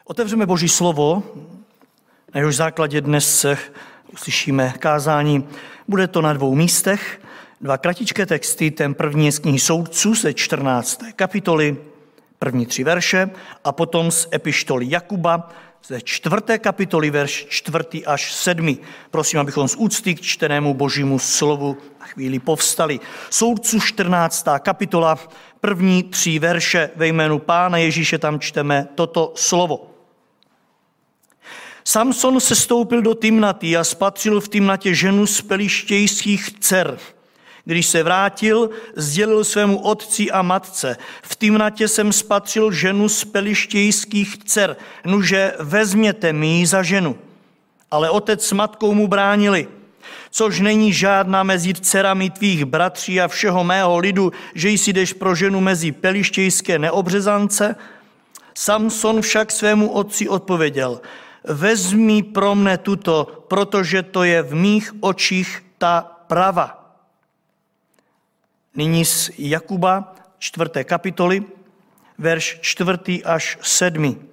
Otevřeme Boží slovo, na jehož základě dnes uslyšíme kázání. Bude to na 2 místech, 2 kratičké texty, ten první je z knihy Soudců ze 14. kapitoly, první 3 verše, a potom z epištoly Jakuba ze 4. kapitoly, verš 4. až 7. Prosím, abychom z úcty k čtenému Božímu slovu na chvíli povstali. Soudců 14. kapitola, první 3 verše, ve jménu Pána Ježíše tam čteme toto slovo. Samson se stoupil do Timnaty a spatřil v Timnatě ženu z pelištějských dcer. Když se vrátil, sdělil svému otci a matce: v Timnatě jsem spatřil ženu z pelištějských dcer, nuže vezměte mi ji za ženu. Ale otec s matkou mu bránili: což není žádná mezi dcerami tvých bratří a všeho mého lidu, že jsi jdeš pro ženu mezi pelištějské neobřezance? Samson však svému otci odpověděl: vezmi pro mne tuto, protože to je v mých očích ta prava. Nyní z Jakuba 4. kapitoly, verš 4. až 7.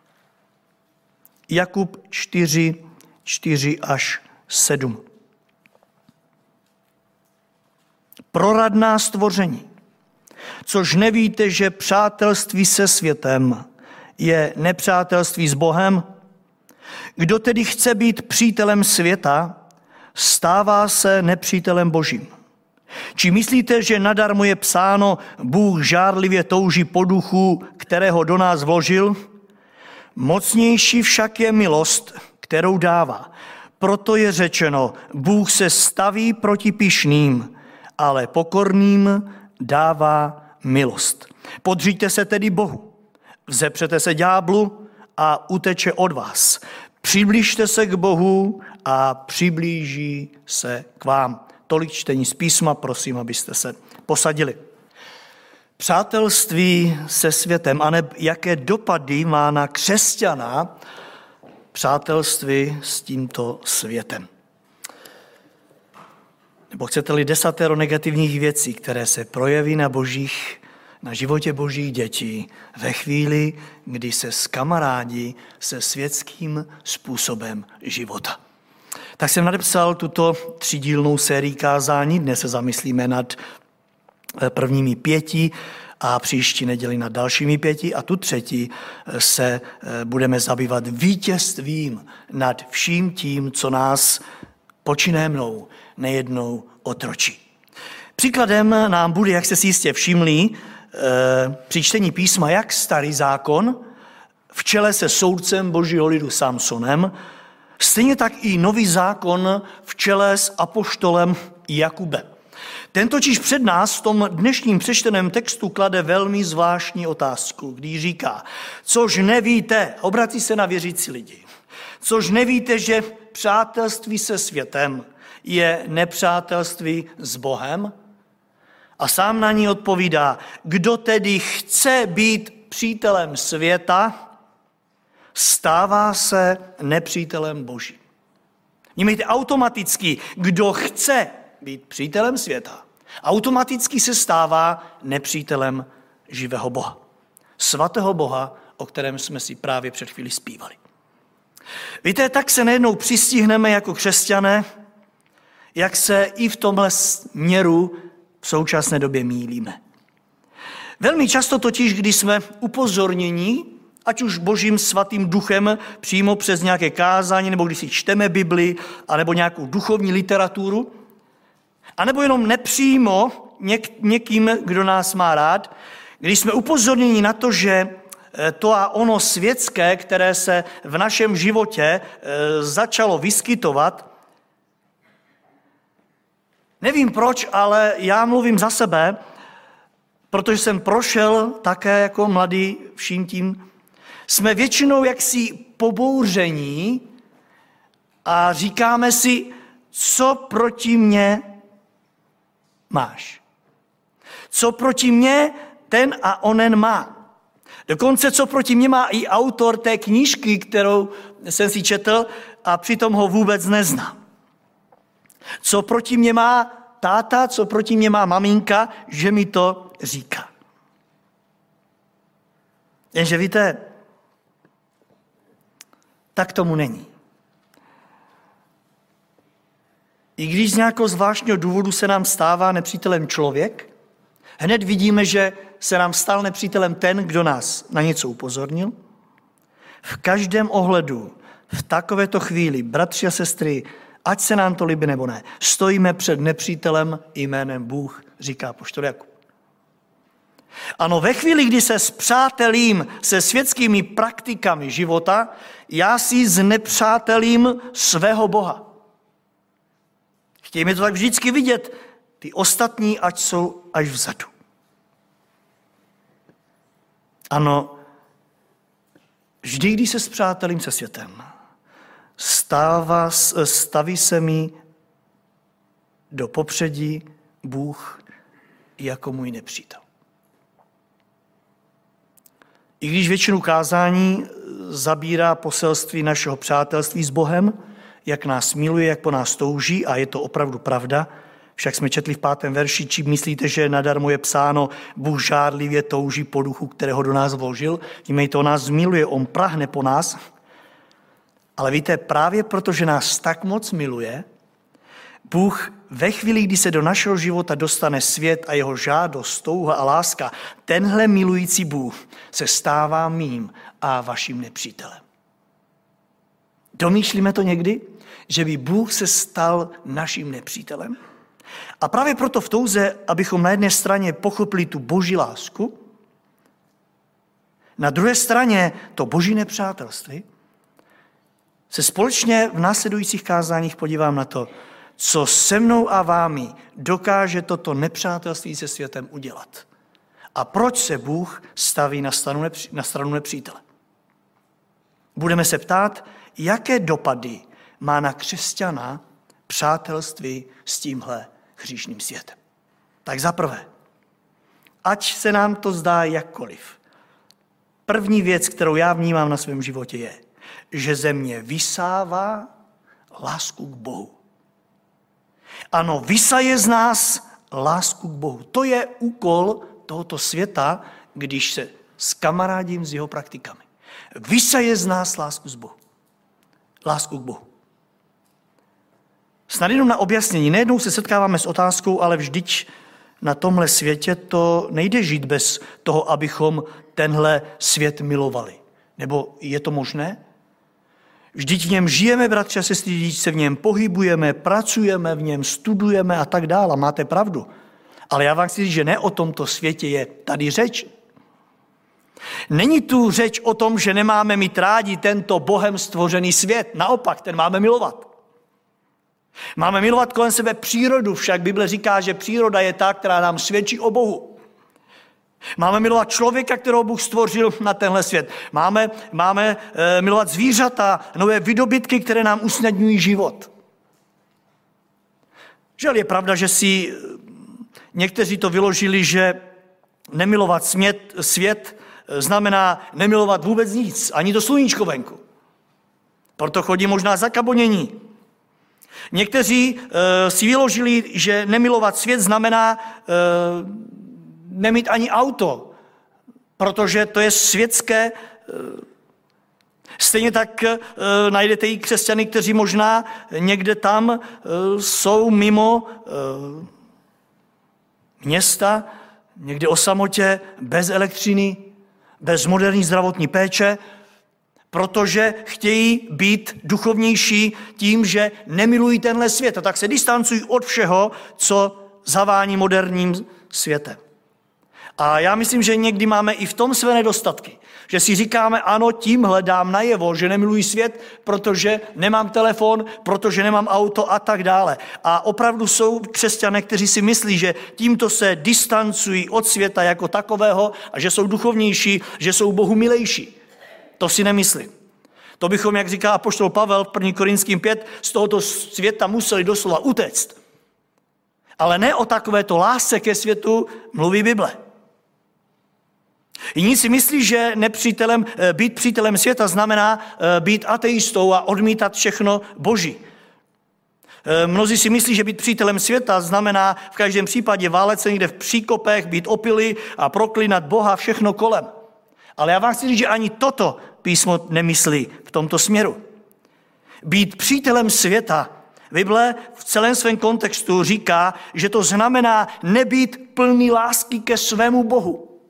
Jakub 4, 4 až 7. Proradná stvoření, což nevíte, že přátelství se světem je nepřátelství s Bohem? Kdo tedy chce být přítelem světa, stává se nepřítelem Božím. Či myslíte, že nadarmo je psáno: Bůh žárlivě touží po duchu, kterého do nás vložil? Mocnější však je milost, kterou dává. Proto je řečeno: Bůh se staví proti pyšným, ale pokorným dává milost. Podříďte se tedy Bohu, vzepřete se ďáblu a uteče od vás. Přiblížte se k Bohu a přiblíží se k vám. Tolik čtení z písma, prosím, abyste se posadili. Přátelství se světem, aneb jaké dopady má na křesťana přátelství s tímto světem. Nebo chcete-li 10 negativních věcí, které se projeví na životě Božích dětí ve chvíli, kdy se skamarádí se světským způsobem života. Tak jsem nadepsal tuto 3dílnou sérii kázání. Dnes se zamyslíme nad prvními 5 a příští neděli nad dalšími 5 a tu 3. se budeme zabývat vítězstvím nad vším tím, co nás počínaje mnou nejednou otročí. Příkladem nám bude, jak jste si jistě všimli, při čtení písma, jak Starý zákon v čele se soudcem Božího lidu Samsonem, stejně tak i Nový zákon v čele s apoštolem Jakubem. Ten totiž před nás v tom dnešním přečteném textu klade velmi zvláštní otázku, když říká: což nevíte, obrací se na věřící lidi, což nevíte, že přátelství se světem je nepřátelství s Bohem? A sám na ní odpovídá: kdo tedy chce být přítelem světa, stává se nepřítelem Božím. Vnímejte, automaticky, kdo chce být přítelem světa, automaticky se stává nepřítelem živého Boha. Svatého Boha, o kterém jsme si právě před chvílí zpívali. Víte, tak se najednou přistihneme jako křesťané, jak se i v tomhle směru v současné době mýlíme. Velmi často totiž, když jsme upozorněni, ať už Božím svatým duchem přímo přes nějaké kázání, nebo když si čteme Bibli, anebo nějakou duchovní literaturu, anebo jenom nepřímo někým, kdo nás má rád, když jsme upozorněni na to, že to a ono světské, které se v našem životě začalo vyskytovat, nevím proč, ale já mluvím za sebe, protože jsem prošel také jako mladý vším tím, jsme většinou jaksi pobouření a říkáme si: co proti mně máš? Co proti mně ten a onen má? Dokonce co proti mně má i autor té knížky, kterou jsem si četl a přitom ho vůbec neznám. Co proti mně má táta, co proti mně má maminka, že mi to říká. Jenže víte, Tak tomu není. I když z nějakého zvláštního důvodu se nám stává nepřítelem člověk, hned vidíme, že se nám stal nepřítelem ten, kdo nás na něco upozornil. V každém ohledu, v takovéto chvíli, bratři a sestry, ať se nám to líbí nebo ne, stojíme před nepřítelem jménem Bůh, říká apoštol Jakub. Ano, ve chvíli, kdy se spřátelím se světskými praktikami života, já si znepřátelím svého Boha. Chtějme to tak vždycky vidět, ty ostatní, ať jsou až vzadu. Ano, vždy, když se spřátelím se světem, staví se mi do popředí Bůh jako můj nepřítel. I když většinu kázání zabírá poselství našeho přátelství s Bohem, jak nás miluje, jak po nás touží, a je to opravdu pravda, však jsme četli v 5. verši, či myslíte, že nadarmo je psáno, Bůh žárlivě touží po duchu, kterého do nás vložil, tím to nás miluje, on prahne po nás. Ale víte, právě protože nás tak moc miluje, Bůh ve chvíli, kdy se do našeho života dostane svět a jeho žádost, touha a láska, tenhle milující Bůh se stává mým a vaším nepřítelem. Domýšlíme to někdy, že by Bůh se stal naším nepřítelem? A právě proto v touze, abychom na jedné straně pochopili tu boží lásku, na druhé straně to boží nepřátelství, se společně v následujících kázáních podívám na to, co se mnou a vámi dokáže toto nepřátelství se světem udělat. A proč se Bůh staví na stranu nepřítele. Budeme se ptát, jaké dopady má na křesťana přátelství s tímhle hříšným světem. Tak za prvé, ať se nám to zdá jakkoliv, první věc, kterou já vnímám na svém životě je, že ze mě vysává lásku k Bohu. Ano, vysaje z nás lásku k Bohu. To je úkol tohoto světa, když se skamarádím s jeho praktikami. Vysaje z nás lásku k Bohu. Snad jenom na objasnění. Nejednou se setkáváme s otázkou, ale vždyť na tomhle světě to nejde žít bez toho, abychom tenhle svět milovali. Nebo je to možné? Vždyť v něm žijeme, bratři a sestry, vždyť se v něm pohybujeme, pracujeme v něm, studujeme a tak dále. Máte pravdu. Ale já vám chci říct, že ne o tomto světě je tady řeč. Není tu řeč o tom, že nemáme mít rádi tento Bohem stvořený svět. Naopak, ten máme milovat. Máme milovat kolem sebe přírodu, však Bible říká, že příroda je ta, která nám svědčí o Bohu. Máme milovat člověka, kterého Bůh stvořil na tenhle svět. Máme milovat zvířata, nové výdobytky, které nám usnadňují život. Žel je pravda, že si někteří to vyložili, že nemilovat svět znamená nemilovat vůbec nic, ani to sluníčko venku. Proto chodí možná zakabonění. Někteří si vyložili, že nemilovat svět znamená nemít ani auto, protože to je světské. Stejně tak najdete i křesťany, kteří možná někde tam jsou mimo města, někde o samotě, bez elektřiny, bez moderní zdravotní péče, protože chtějí být duchovnější tím, že nemilují tenhle svět a tak se distancují od všeho, co zavání moderním světem. A já myslím, že někdy máme i v tom své nedostatky. Že si říkáme, ano, tím hledám najevo, že nemiluji svět, protože nemám telefon, protože nemám auto a tak dále. A opravdu jsou křesťané, kteří si myslí, že tímto se distancují od světa jako takového a že jsou duchovnější, že jsou Bohu milejší. To si nemyslím. To bychom, jak říká apoštol Pavel v 1. Korinským 5, z tohoto světa museli doslova utéct. Ale ne o takovéto lásce ke světu mluví Bible. Jiní si myslí, že být přítelem světa znamená být ateistou a odmítat všechno boží. Mnozí si myslí, že být přítelem světa znamená v každém případě válet se někde v příkopech, být opilý a proklínat Boha všechno kolem. Ale já vám chci říct, že ani toto písmo nemyslí v tomto směru. Být přítelem světa. Bible v celém svém kontextu říká, že to znamená nebýt plný lásky ke svému Bohu.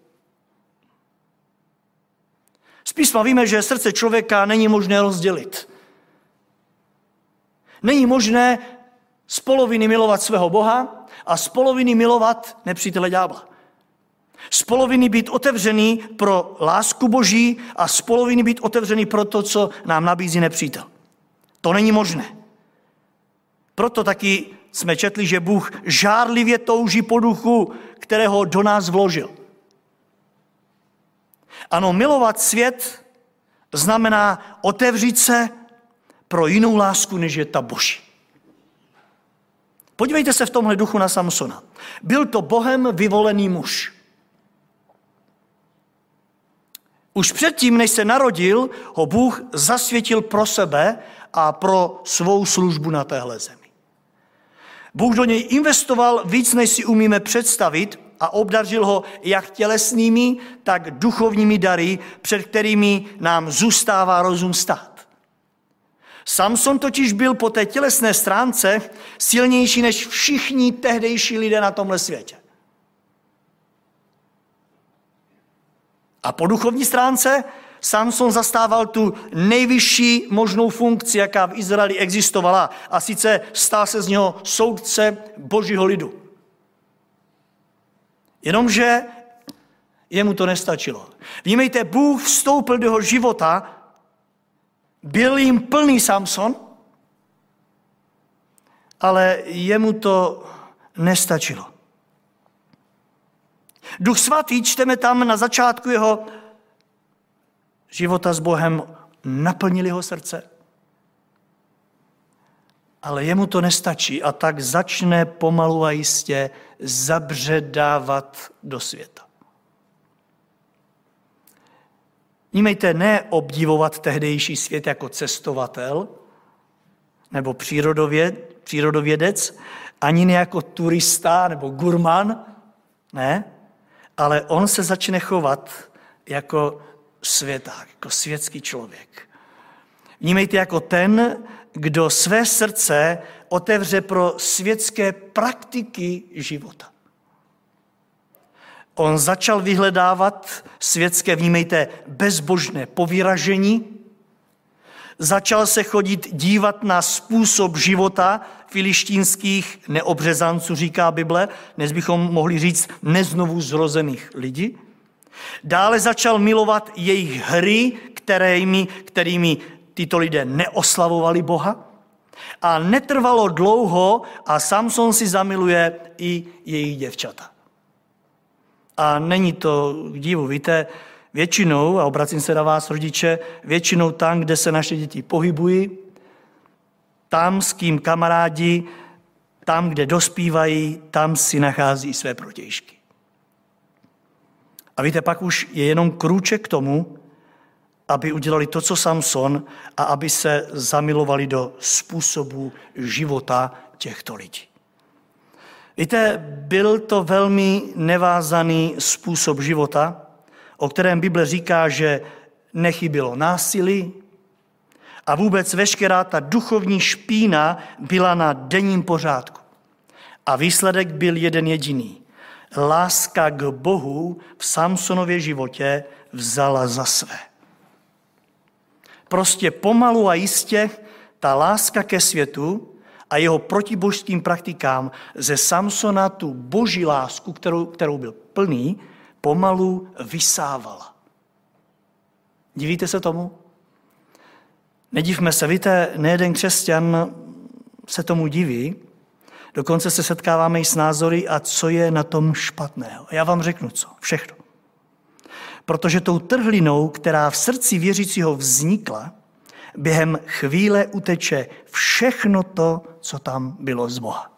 Z písma víme, že srdce člověka není možné rozdělit. Není možné z poloviny milovat svého Boha a z poloviny milovat nepřítele ďábla. Z poloviny být otevřený pro lásku Boží a z poloviny být otevřený pro to, co nám nabízí nepřítel. To není možné. Proto taky jsme četli, že Bůh žárlivě touží po duchu, kterého do nás vložil. Ano, milovat svět znamená otevřít se pro jinou lásku, než je ta Boží. Podívejte se v tomhle duchu na Samsona. Byl to Bohem vyvolený muž. Už předtím, než se narodil, ho Bůh zasvětil pro sebe a pro svou službu na téhle zemi. Bůh do něj investoval víc, než si umíme představit a obdařil ho jak tělesnými, tak duchovními dary, před kterými nám zůstává rozum stát. Samson totiž byl po té tělesné stránce silnější než všichni tehdejší lidé na tomhle světě. A po duchovní stránce Samson zastával tu nejvyšší možnou funkci, jaká v Izraeli existovala, a sice stal se z něho soudce Božího lidu. Jenomže jemu to nestačilo. Vnímejte, Bůh vstoupil do jeho života, byl jim plný Samson, ale jemu to nestačilo. Duch svatý, čteme tam na začátku jeho života s Bohem, naplnil jeho srdce. Ale jemu to nestačí a tak začne pomalu a jistě zabředávat do světa. Vnímejte, ne obdivovat tehdejší svět jako cestovatel nebo přírodovědec, ani ne jako turista nebo gurman, ne, ale on se začne chovat jako světák, jako světský člověk. Vnímejte jako ten, kdo své srdce otevře pro světské praktiky života. On začal vyhledávat světské, vnímejte, bezbožné povyražení, začal se chodit dívat na způsob života filištínských neobřezanců, říká Bible, dnes bychom mohli říct neznovu zrozených lidí. Dále začal milovat jejich hry, kterými tyto lidé neoslavovali Boha. A netrvalo dlouho a Samson si zamiluje i jejich děvčata. A není to k divu, víte, většinou, a obracím se na vás, rodiče, většinou tam, kde se naše děti pohybují, tam, s kým kamarádi, tam, kde dospívají, tam si nachází své protějšky. A víte, pak už je jenom krůček k tomu, aby udělali to, co Samson, a aby se zamilovali do způsobu života těchto lidí. Víte, byl to velmi nevázaný způsob života, o kterém Bible říká, že nechybělo násilí a vůbec veškerá ta duchovní špína byla na denním pořádku. A výsledek byl jeden jediný. Láska k Bohu v Samsonově životě vzala za své. Prostě pomalu a jistě ta láska ke světu a jeho protibožským praktikám ze Samsona tu boží lásku, kterou byl plný, pomalu vysávala. Divíte se tomu? Nedivme se, víte, nejeden křesťan se tomu diví, dokonce se setkáváme i s názory, a co je na tom špatného. Já vám řeknu co, všechno. Protože tou trhlinou, která v srdci věřícího vznikla, během chvíle uteče všechno to, co tam bylo z Boha.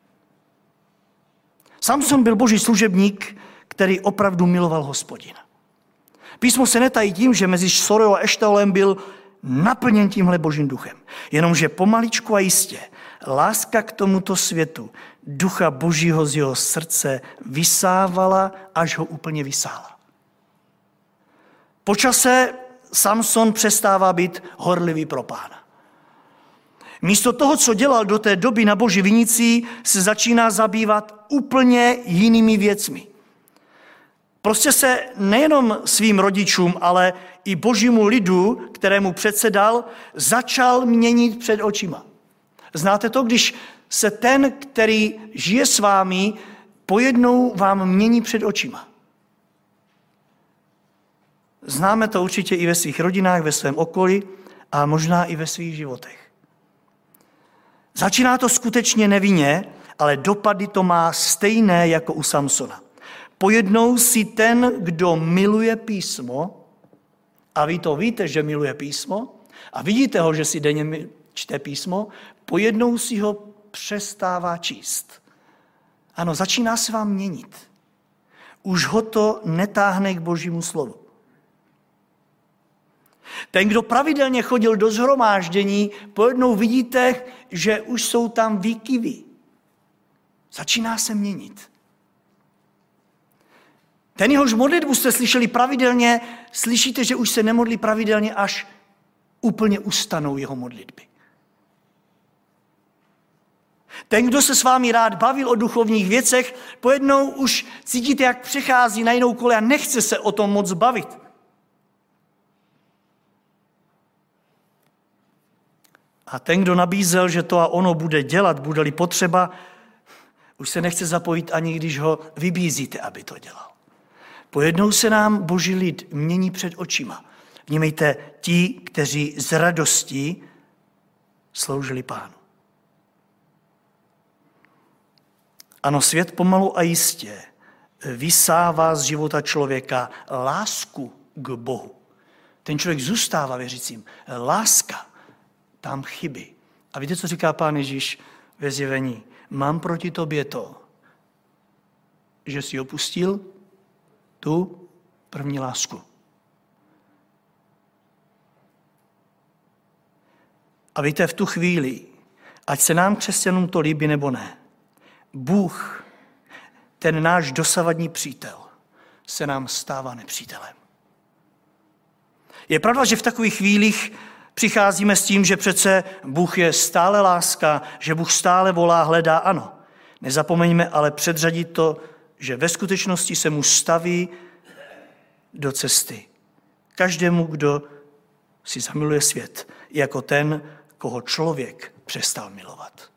Samson byl boží služebník, který opravdu miloval Hospodina. Písmo se netají tím, že mezi Sorou a Eštaolem byl naplněn tímhle božím duchem. Jenomže pomaličku a jistě láska k tomuto světu ducha božího z jeho srdce vysávala, až ho úplně vysála. Po čase Samson přestává být horlivý pro Pána. Místo toho, co dělal do té doby na Boží vinici, se začíná zabývat úplně jinými věcmi. Prostě se nejenom svým rodičům, ale i Božímu lidu, kterému předsedal, začal měnit před očima. Znáte to, když se ten, který žije s vámi, pojednou vám mění před očima. Známe to určitě i ve svých rodinách, ve svém okolí a možná i ve svých životech. Začíná to skutečně nevinně, ale dopady to má stejné jako u Samsona. Pojednou si ten, kdo miluje písmo, a vy to víte, že miluje písmo, a vidíte ho, že si denně čte písmo, pojednou si ho přestává číst. Ano, začíná se vám měnit. Už ho to netáhne k Božímu slovu. Ten, kdo pravidelně chodil do shromáždění, pojednou vidíte, že už jsou tam výkyvy. Začíná se měnit. Ten, jehož modlitbu jste slyšeli pravidelně, slyšíte, že už se nemodlí pravidelně, až úplně ustanou jeho modlitby. Ten, kdo se s vámi rád bavil o duchovních věcech, pojednou už cítíte, jak přechází na jinou kolej a nechce se o tom moc bavit. A ten, kdo nabízel, že to a ono bude dělat, bude-li potřeba, už se nechce zapojit, ani když ho vybízíte, aby to dělal. Pojednou se nám Boží lid mění před očima. Vnímejte, ti, kteří z radostí sloužili Pánu. Ano, svět pomalu a jistě vysává z života člověka lásku k Bohu. Ten člověk zůstává věřícím. Láska tam chybí. A víte, co říká Pán Ježíš ve Zjevení? Mám proti tobě to, že jsi opustil tu první lásku. A víte, v tu chvíli, ať se nám křesťanům to líbí nebo ne, Bůh, ten náš dosavadní přítel, se nám stává nepřítelem. Je pravda, že v takových chvílích přicházíme s tím, že přece Bůh je stále láska, že Bůh stále volá, hledá, ano. Nezapomeňme ale předřadit to, že ve skutečnosti se mu staví do cesty. Každému, kdo si zamiluje svět, jako ten, koho člověk přestal milovat.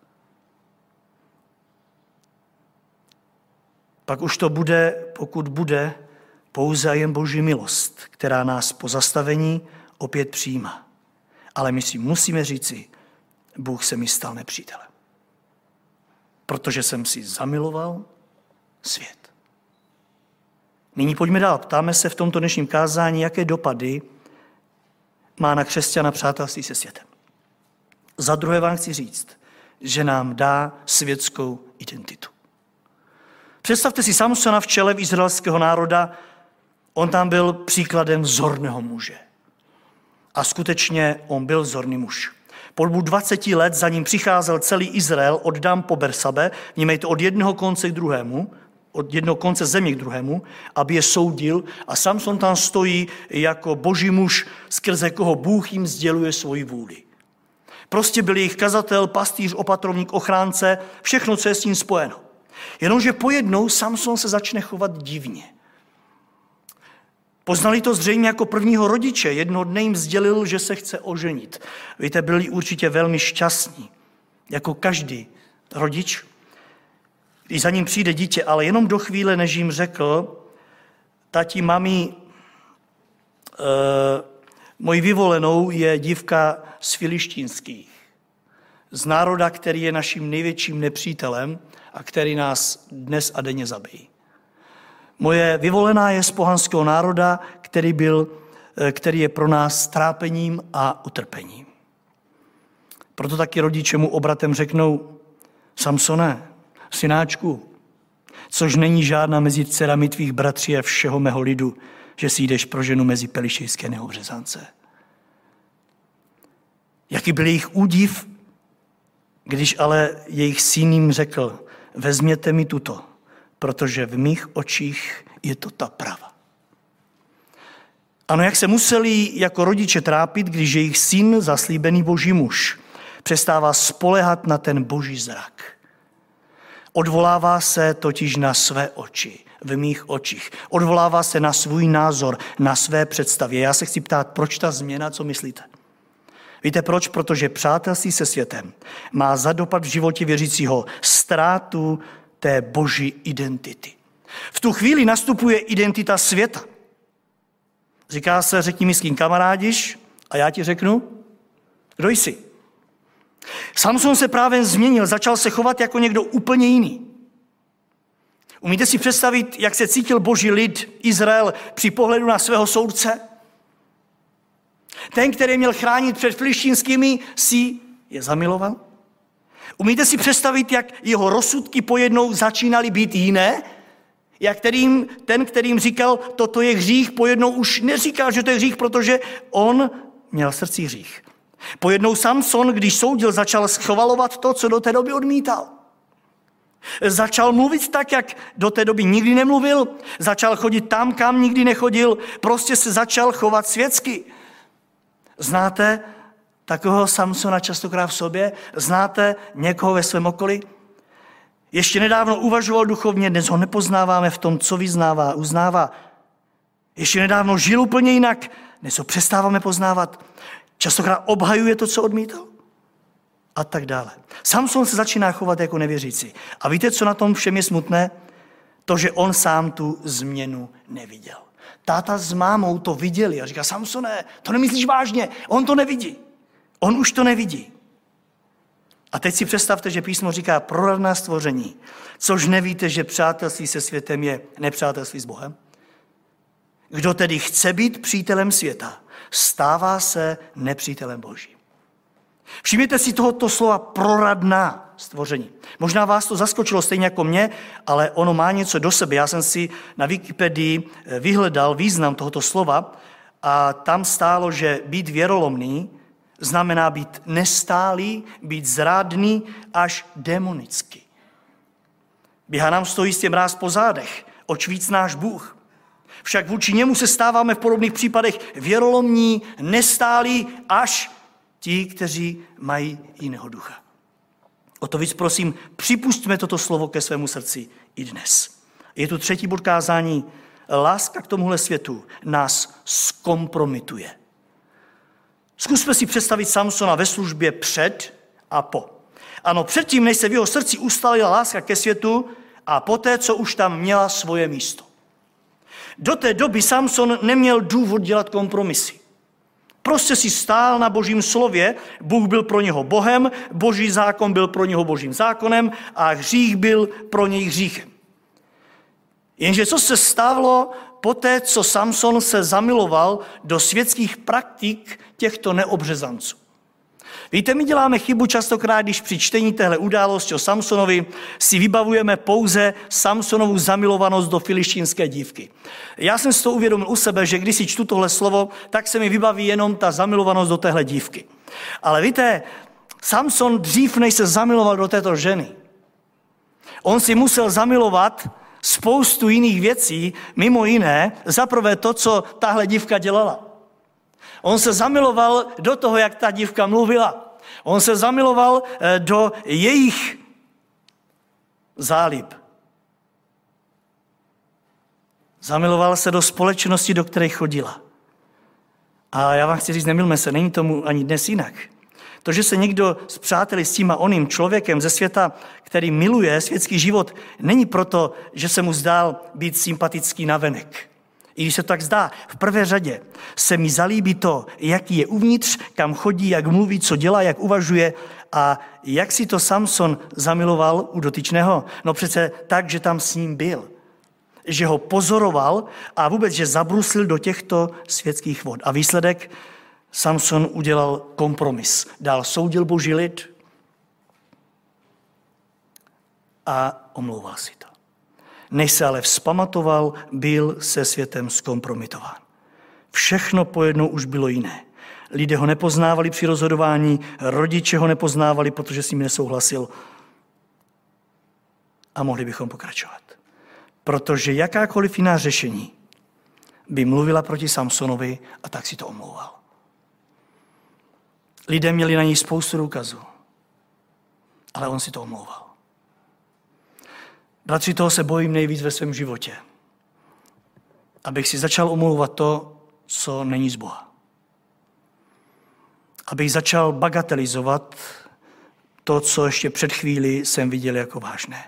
Pak už to bude, pokud bude, pouze jen Boží milost, která nás po zastavení opět přijímá. Ale my si musíme říci, Bůh se mi stal nepřítelem. Protože jsem si zamiloval svět. Nyní pojďme dál. Ptáme se v tomto dnešním kázání, jaké dopady má na křesťana přátelství se světem. Za druhé vám chci říct, že nám dá světskou identitu. Představte si Samsona v čele izraelského národa. On tam byl příkladem vzorného muže. A skutečně on byl vzorný muž. Po dobu 20 let za ním přicházel celý Izrael od Dan po Bersabe, vnímejte, od jednoho konce k druhému, od jednoho konce země k druhému, aby je soudil, a Samson tam stojí jako boží muž, skrze koho Bůh jim sděluje svoji vůli. Prostě byl jejich kazatel, pastýř, opatrovník, ochránce, všechno, co je s tím spojeno. Jenomže pojednou Samson se začne chovat divně. Poznali to zřejmě jako prvního rodiče. Jednoho dne jim sdělil, že se chce oženit. Víte, byli určitě velmi šťastní, jako každý rodič, když za ním přijde dítě, ale jenom do chvíle, než jim řekl, tati, mami, mojí vyvolenou je dívka z filištínských, z národa, který je naším největším nepřítelem a který nás dnes a denně zabíjí. Moje vyvolená je z pohanského národa, který je pro nás trápením a utrpením. Proto taky rodiče mu obratem řeknou, Samsone, synáčku, což není žádná mezi dcerami tvých bratří a všeho mého lidu, že si jdeš pro ženu mezi pelišejské neobřezance. Jaký byl jejich údiv, když ale jejich syn jim řekl, vezměte mi tuto, protože v mých očích je to ta prava. Ano, jak se museli jako rodiče trápit, když jejich syn, zaslíbený boží muž, Přestává spoléhat na ten boží zrak. Odvolává se totiž na své oči, v mých očích. Odvolává se na svůj názor, na své představě. Já se chci ptát, proč ta změna, co myslíte? Víte proč? Protože přátelství se světem má za dopad v životě věřícího ztrátu té boží identity. V tu chvíli nastupuje identita světa. Říká se, řekni mi, s kým kamarádíš, a já ti řeknu, kdo jsi. Samson se právě změnil, začal se chovat jako někdo úplně jiný. Umíte si představit, jak se cítil boží lid Izrael při pohledu na svého soudce? Ten, který měl chránit před filištínskými, si je zamiloval? Umíte si představit, jak jeho rozsudky pojednou začínaly být jiné? Jak ten, kterým říkal, toto je hřích, pojednou už neříkal, že to je hřích, protože on měl v srdci hřích. Pojednou Samson, když soudil, začal schvalovat to, co do té doby odmítal. Začal mluvit tak, jak do té doby nikdy nemluvil. Začal chodit tam, kam nikdy nechodil. Prostě se začal chovat světsky. Znáte takového Samsona častokrát v sobě? Znáte někoho ve svém okolí? Ještě nedávno uvažoval duchovně, dnes ho nepoznáváme v tom, co vyznává, uznává. Ještě nedávno žil úplně jinak, dnes ho přestáváme poznávat. Častokrát obhajuje to, co odmítal. A tak dále. Samson se začíná chovat jako nevěřící. A víte, co na tom všem je smutné? To, že on sám tu změnu neviděl. Táta s mámou to viděli a říká, Samsone, to nemyslíš vážně, on to nevidí. On už to nevidí. A teď si představte, že písmo říká proradná stvoření, což nevíte, že přátelství se světem je nepřátelství s Bohem? Kdo tedy chce být přítelem světa, stává se nepřítelem Božím. Všimněte si tohoto slova proradná stvoření. Možná vás to zaskočilo stejně jako mě, ale ono má něco do sebe. Já jsem si na Wikipedii vyhledal význam tohoto slova a tam stálo, že být věrolomný znamená být nestálý, být zrádný až demonický. Běhá nám stojí mráz po zádech, oč víc náš Bůh. Však vůči němu se stáváme v podobných případech věrolomní, nestálí až ti, kteří mají jiného ducha. O to víc prosím, připustíme toto slovo ke svému srdci i dnes. Je tu třetí bod kázání. Láska k tomuhle světu nás zkompromituje. Zkusme si představit Samsona ve službě před a po. Ano, předtím, než se v jeho srdci ustalila láska ke světu a poté, co už tam měla svoje místo. Do té doby Samson neměl důvod dělat kompromisy. Prostě si stál na Božím slově, Bůh byl pro něho Bohem, Boží zákon byl pro něho Božím zákonem a hřích byl pro něj hříchem. Jenže co se stalo poté, co Samson se zamiloval do světských praktik těchto neobřezanců? Víte, my děláme chybu častokrát, když při čtení téhle události o Samsonovi si vybavujeme pouze Samsonovu zamilovanost do filištínské dívky. Já jsem si to uvědomil u sebe, že když si čtu tohle slovo, tak se mi vybaví jenom ta zamilovanost do téhle dívky. Ale víte, Samson dřív, než se zamiloval do této ženy, on si musel zamilovat spoustu jiných věcí, mimo jiné, zaprvé to, co tahle dívka dělala. On se zamiloval do toho, jak ta dívka mluvila. On se zamiloval do jejich zálib. Zamiloval se do společnosti, do které chodila. A já vám chci říct, nemilme se, není tomu ani dnes jinak. To, že se někdo spřátelí s tím a oným člověkem ze světa, který miluje světský život, není proto, že se mu zdál být sympatický navenek. I když se to tak zdá, v prvé řadě se mi zalíbí to, jaký je uvnitř, kam chodí, jak mluví, co dělá, jak uvažuje a jak si to Samson zamiloval u dotyčného. No přece tak, že tam s ním byl, že ho pozoroval a vůbec, že zabrusil do těchto světských vod. A výsledek, Samson udělal kompromis. Dál soudil Boží lid a omlouval si to. Než se ale vzpamatoval, byl se světem zkompromitován. Všechno pojednou už bylo jiné. Lidé ho nepoznávali při rozhodování, rodiče ho nepoznávali, protože s ním nesouhlasil. A mohli bychom pokračovat. Protože jakákoliv jiná řešení by mluvila proti Samsonovi a tak si to omlouval. Lidé měli na něj spoustu důkazů, ale on si to omlouval. Bratři, toho se bojím nejvíc ve svém životě. Abych si začal omlouvat to, co není z Boha. Abych začal bagatelizovat to, co ještě před chvíli jsem viděl jako vážné.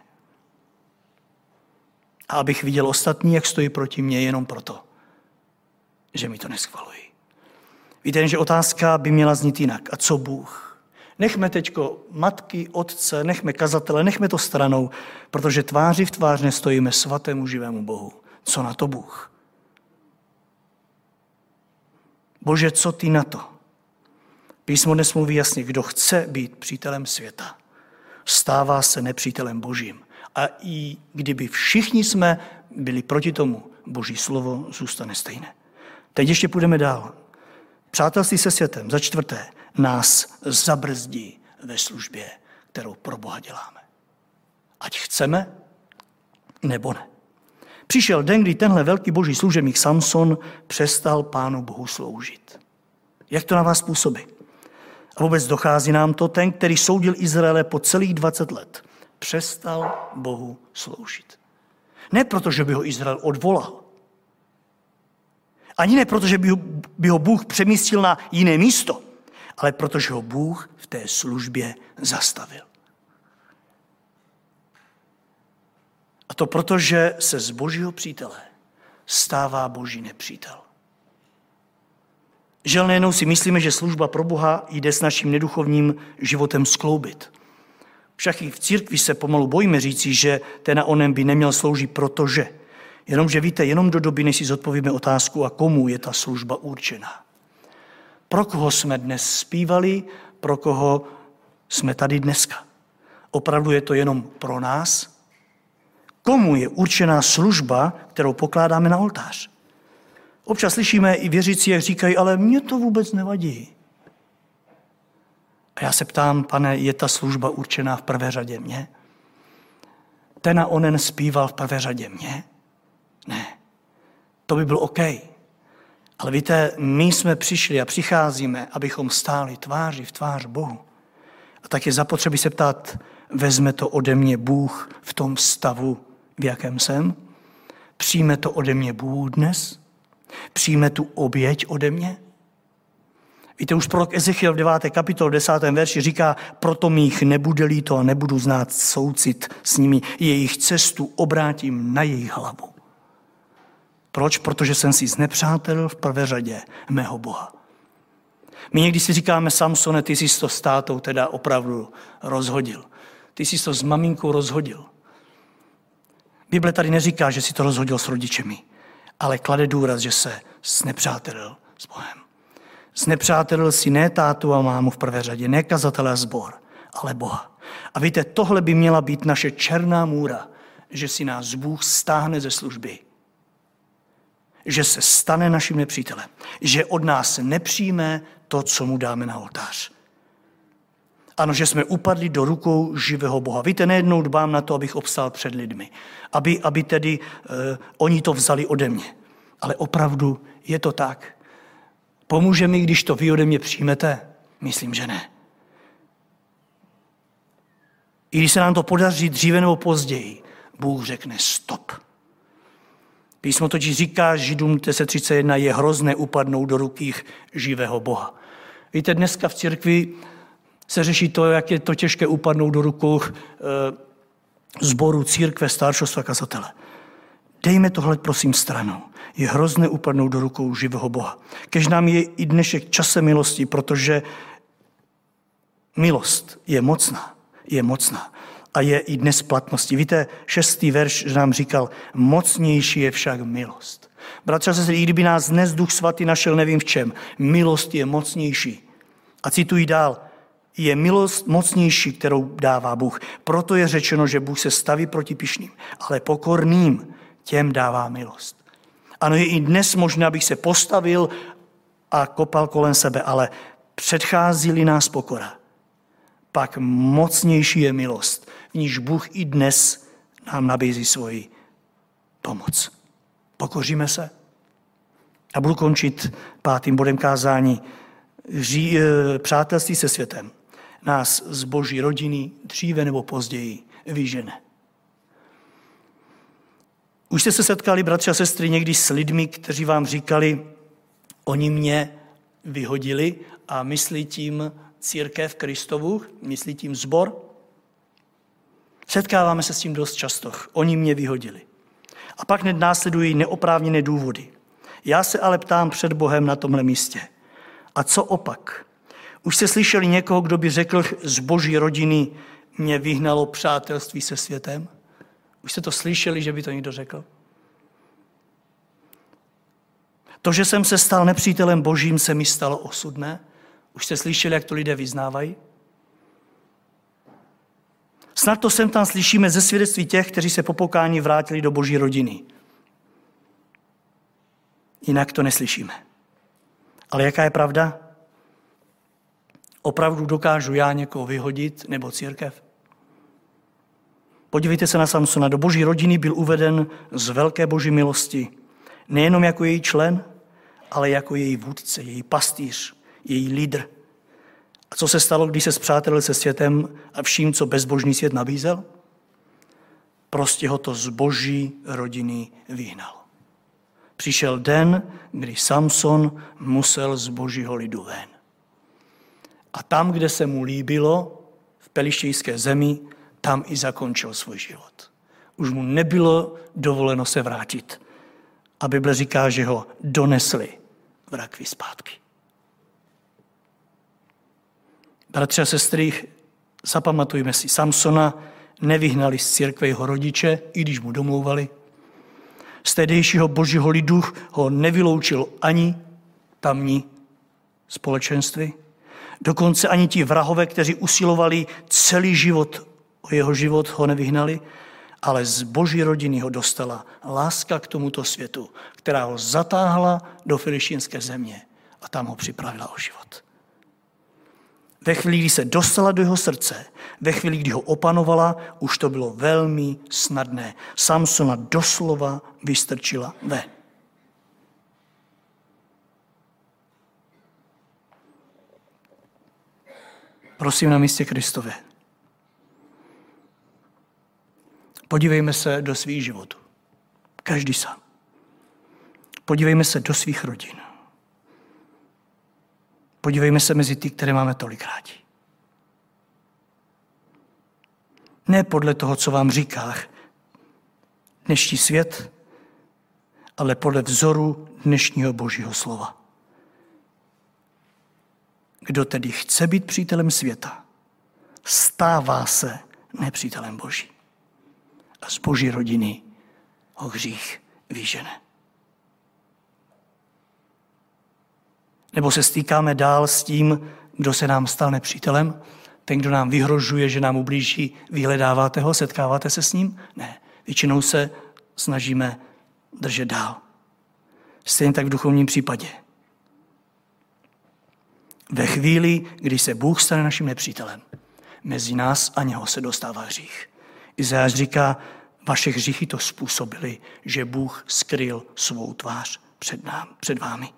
A abych viděl ostatní, jak stojí proti mně jenom proto, že mi to neschvalují. Víte, že otázka by měla znít jinak. A co Bůh? Nechme teďko matky, otce, nechme kazatele, nechme to stranou, protože tváří v tvář nestojíme svatému živému Bohu. Co na to Bůh? Bože, co ty na to? Písmo dnes mluví jasně, kdo chce být přítelem světa, stává se nepřítelem Božím. A i kdyby všichni jsme byli proti tomu, Boží slovo zůstane stejné. Teď ještě půjdeme dál. Přátelství se světem, za čtvrté, nás zabrzdí ve službě, kterou pro Boha děláme. Ať chceme, nebo ne. Přišel den, kdy tenhle velký boží služebník Samson přestal Pánu Bohu sloužit. Jak to na vás působí? A vůbec dochází nám to, ten, který soudil Izraele po celých 20 let, přestal Bohu sloužit. Ne proto, že by ho Izrael odvolal. Ani ne proto, že by ho Bůh přemístil na jiné místo, ale protože ho Bůh v té službě zastavil. A to proto, že se z božího přítele stává boží nepřítel. Žel nejenom si myslíme, že služba pro Boha jde s naším neduchovním životem skloubit. Však i v církvi se pomalu bojíme říci, že ten a onen by neměl sloužit protože. Jenomže víte, jenom do doby, než si zodpovíme otázku, a komu je ta služba určená. Pro koho jsme dnes zpívali, pro koho jsme tady dneska. Opravdu je to jenom pro nás? Komu je určená služba, kterou pokládáme na oltář? Občas slyšíme i věřící, jak říkají, ale mně to vůbec nevadí. A já se ptám, pane, je ta služba určená v prvé řadě mně? Ten a onen zpíval v prvé řadě mně? Ne, to by bylo OK. Ale víte, my jsme přišli a přicházíme, abychom stáli tváří v tvář Bohu. A tak je zapotřebí se ptát, vezme to ode mě Bůh v tom stavu, v jakém jsem? Přijme to ode mě Bůh dnes? Přijme tu oběť ode mě? Víte, už prorok Ezechiel v 9. kapitole 10. verši říká, proto mi jich nebude líto a nebudu znát soucit s nimi, jejich cestu obrátím na jejich hlavu. Proč? Protože jsem si znepřátelil v prvé řadě mého Boha. My někdy si říkáme, Samsone, ty jsi to s tátou teda opravdu rozhodil. Ty jsi to s maminkou rozhodil. Bible tady neříká, že si to rozhodil s rodičemi, ale klade důraz, že se znepřátelil s Bohem. Znepřátelil si ne tátu a mámu v prvé řadě, ne kazatele a sbor, ale Boha. A víte, tohle by měla být naše černá můra, že si nás Bůh stáhne ze služby. Že se stane naším nepřítelem. Že od nás nepřijme to, co mu dáme na oltář. Ano, že jsme upadli do rukou živého Boha. Víte, nejednou dbám na to, abych obstál před lidmi. Aby tedy oni to vzali ode mě. Ale opravdu je to tak. Pomůže mi, když to vy ode mě přijmete? Myslím, že ne. I když se nám to podaří dříve nebo později, Bůh řekne stop. Písmo totiž říká Židům 10:31, je hrozné upadnout do ruky živého Boha. Víte, dneska v církvi se řeší to, jak je to těžké upadnout do rukou sboru, církve, staršostva, kazatele. Dejme tohle prosím stranou. Je hrozné upadnout do rukou živého Boha. Kež nám je i dnešek časem milosti, protože milost je mocná a je i dnes platnosti. Víte, 6. verš nám říkal, mocnější je však milost. Bratři a sestry, i kdyby nás dnes Duch Svatý našel nevím v čem, milost je mocnější. A cituji dál, je milost mocnější, kterou dává Bůh. Proto je řečeno, že Bůh se staví proti pyšným, ale pokorným těm dává milost. Ano, je i dnes možné, abych se postavil a kopal kolem sebe, ale předchází-li nás pokora. Pak mocnější je milost, v níž Bůh i dnes nám nabízí svoji pomoc. Pokoříme se? A budu končit 5. bodem kázání přátelství se světem nás z Boží rodiny dříve nebo později vyžene. Už jste se setkali, bratři a sestry, někdy s lidmi, kteří vám říkali, oni mě vyhodili a myslí tím církev Kristovu, myslí tím sbor? Setkáváme se s tím dost často. Oni mě vyhodili. A pak hned následují neoprávněné důvody. Já se ale ptám před Bohem na tomhle místě. A co opak? Už jste slyšeli někoho, kdo by řekl, z Boží rodiny mě vyhnalo přátelství se světem? Už jste to slyšeli, že by to někdo řekl? To, že jsem se stal nepřítelem Božím, se mi stalo osudné. Už jste slyšeli, jak to lidé vyznávají? Snad to sem tam slyšíme ze svědectví těch, kteří se po pokání vrátili do Boží rodiny. Jinak to neslyšíme. Ale jaká je pravda? Opravdu dokážu já někoho vyhodit nebo církev? Podívejte se na Samsona. Do Boží rodiny byl uveden z velké Boží milosti. Nejenom jako její člen, ale jako její vůdce, její pastýř, její lídr. A co se stalo, když se spřátelil se světem a vším, co bezbožný svět nabízel? Prostě ho to z Boží rodiny vyhnalo. Přišel den, kdy Samson musel z Božího lidu ven. A tam, kde se mu líbilo, v pelištějské zemi, tam i zakončil svůj život. Už mu nebylo dovoleno se vrátit. A Bible říká, že ho donesli v rakvi zpátky. Bratři a sestry, zapamatujme si, Samsona nevyhnali z církve jeho rodiče, i když mu domlouvali. Z tehdejšího Božího lidu ho nevyloučil ani tamní společenství. Dokonce ani ti vrahové, kteří usilovali celý život o jeho život, ho nevyhnali, ale z Boží rodiny ho dostala láska k tomuto světu, která ho zatáhla do filistínské země a tam ho připravila o život. Ve chvíli, kdy se dostala do jeho srdce, ve chvíli, kdy ho opanovala, už to bylo velmi snadné. Samsona doslova vystrčila ven. Prosím na místě Kristove. Podívejme se do svých životů. Každý sám. Podívejme se do svých rodin. Podívejme se mezi ty, které máme tolik rádi. Ne podle toho, co vám říká dnešní svět, ale podle vzoru dnešního Božího slova. Kdo tedy chce být přítelem světa, stává se nepřítelem Boží. A z Boží rodiny ho hřích vyžene. Nebo se stýkáme dál s tím, kdo se nám stal nepřítelem, ten, kdo nám vyhrožuje, že nám ublíží, vyhledáváte ho, setkáváte se s ním? Ne, většinou se snažíme držet dál. Stejně tak v duchovním případě. Ve chvíli, kdy se Bůh stane naším nepřítelem, mezi nás a něho se dostává hřích. Izajáš říká, vaše hříchy to způsobily, že Bůh skryl svou tvář před vámi.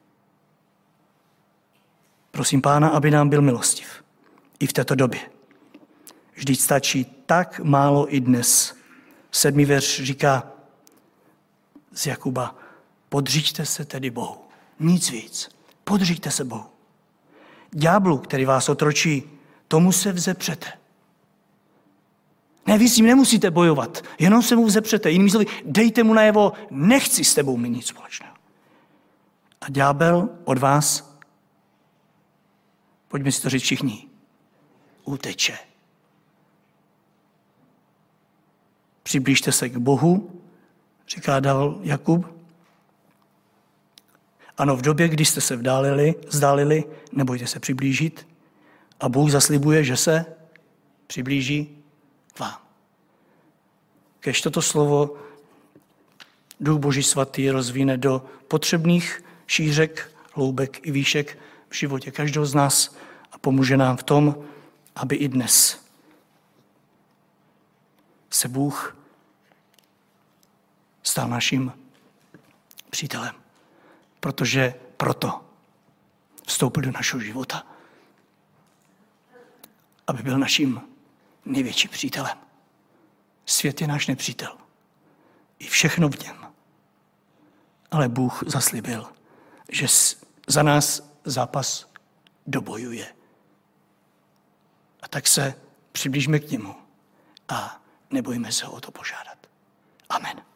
Prosím Pána, aby nám byl milostiv i v této době. Vždyť stačí tak málo i dnes. 7. verš říká z Jakuba, podřiďte se tedy Bohu. Nic víc. Podřiďte se Bohu. Ďáblu, který vás otročí, tomu se vzepřete. Ne, vy s ním nemusíte bojovat, jenom se mu vzepřete. Jinými slovy, dejte mu najevo, nechci s tebou mít nic společného. A ďábel od vás, pojďme si to říct všichni, uteče. Přiblížte se k Bohu, říká dál Jakub. Ano, v době, kdy jste se vzdálili, nebojte se přiblížit a Bůh zaslibuje, že se přiblíží k vám. Kež toto slovo Duch Boží svatý rozvíne do potřebných šířek, hloubek i výšek v životě každého z nás a pomůže nám v tom, aby i dnes se Bůh stal naším přítelem. Protože proto vstoupil do našeho života, aby byl naším největším přítelem. Svět je náš nepřítel. I všechno v něm. Ale Bůh zaslíbil, že za nás zápas dobojuje. A tak se přiblížíme k němu a nebojíme se o to požádat. Amen.